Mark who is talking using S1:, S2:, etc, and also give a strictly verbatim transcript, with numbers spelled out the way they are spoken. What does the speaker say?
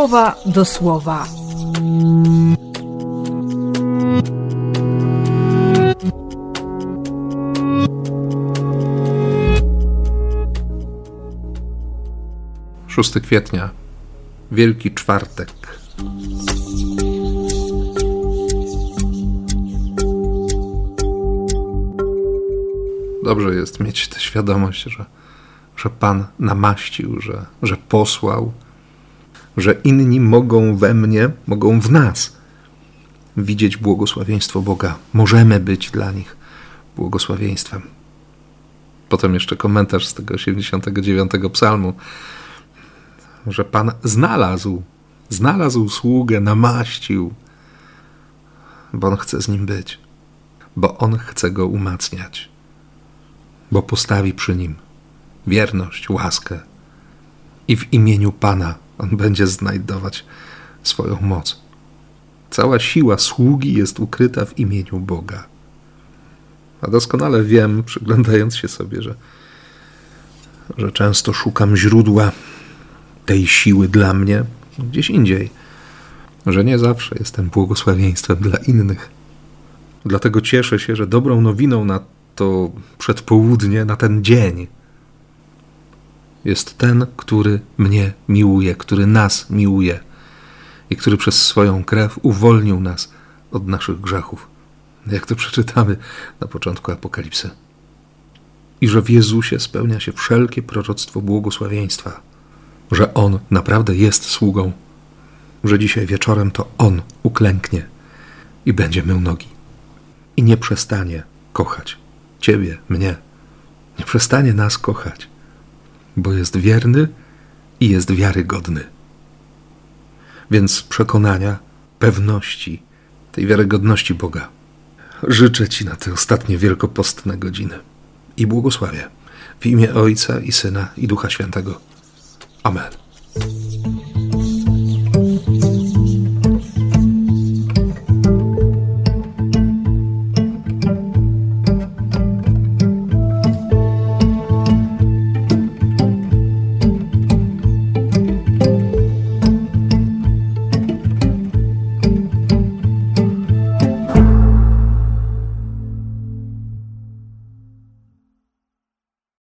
S1: słowa do słowa.
S2: szóstego kwietnia, Wielki Czwartek. Dobrze jest mieć tę świadomość, że, że Pan namaścił, że, że posłał, że inni mogą we mnie, mogą w nas widzieć błogosławieństwo Boga. Możemy być dla nich błogosławieństwem. Potem jeszcze komentarz z tego osiemdziesiątego dziewiątego psalmu, że Pan znalazł, znalazł sługę, namaścił, bo On chce z nim być, bo On chce go umacniać, bo postawi przy nim wierność, łaskę i w imieniu Pana On będzie znajdować swoją moc. Cała siła sługi jest ukryta w imieniu Boga. A doskonale wiem, przyglądając się sobie, że, że często szukam źródła tej siły dla mnie gdzieś indziej, że nie zawsze jestem błogosławieństwem dla innych. Dlatego cieszę się, że dobrą nowiną na to przedpołudnie, na ten dzień jest ten, który mnie miłuje, który nas miłuje i który przez swoją krew uwolnił nas od naszych grzechów. Jak to przeczytamy na początku Apokalipsy. I że w Jezusie spełnia się wszelkie proroctwo błogosławieństwa, że On naprawdę jest sługą, że dzisiaj wieczorem to On uklęknie i będzie mył nogi i nie przestanie kochać Ciebie, mnie. Nie przestanie nas kochać, bo jest wierny i jest wiarygodny. Więc z przekonania, pewności, tej wiarygodności Boga życzę Ci na te ostatnie wielkopostne godziny i błogosławię w imię Ojca i Syna i Ducha Świętego. Amen.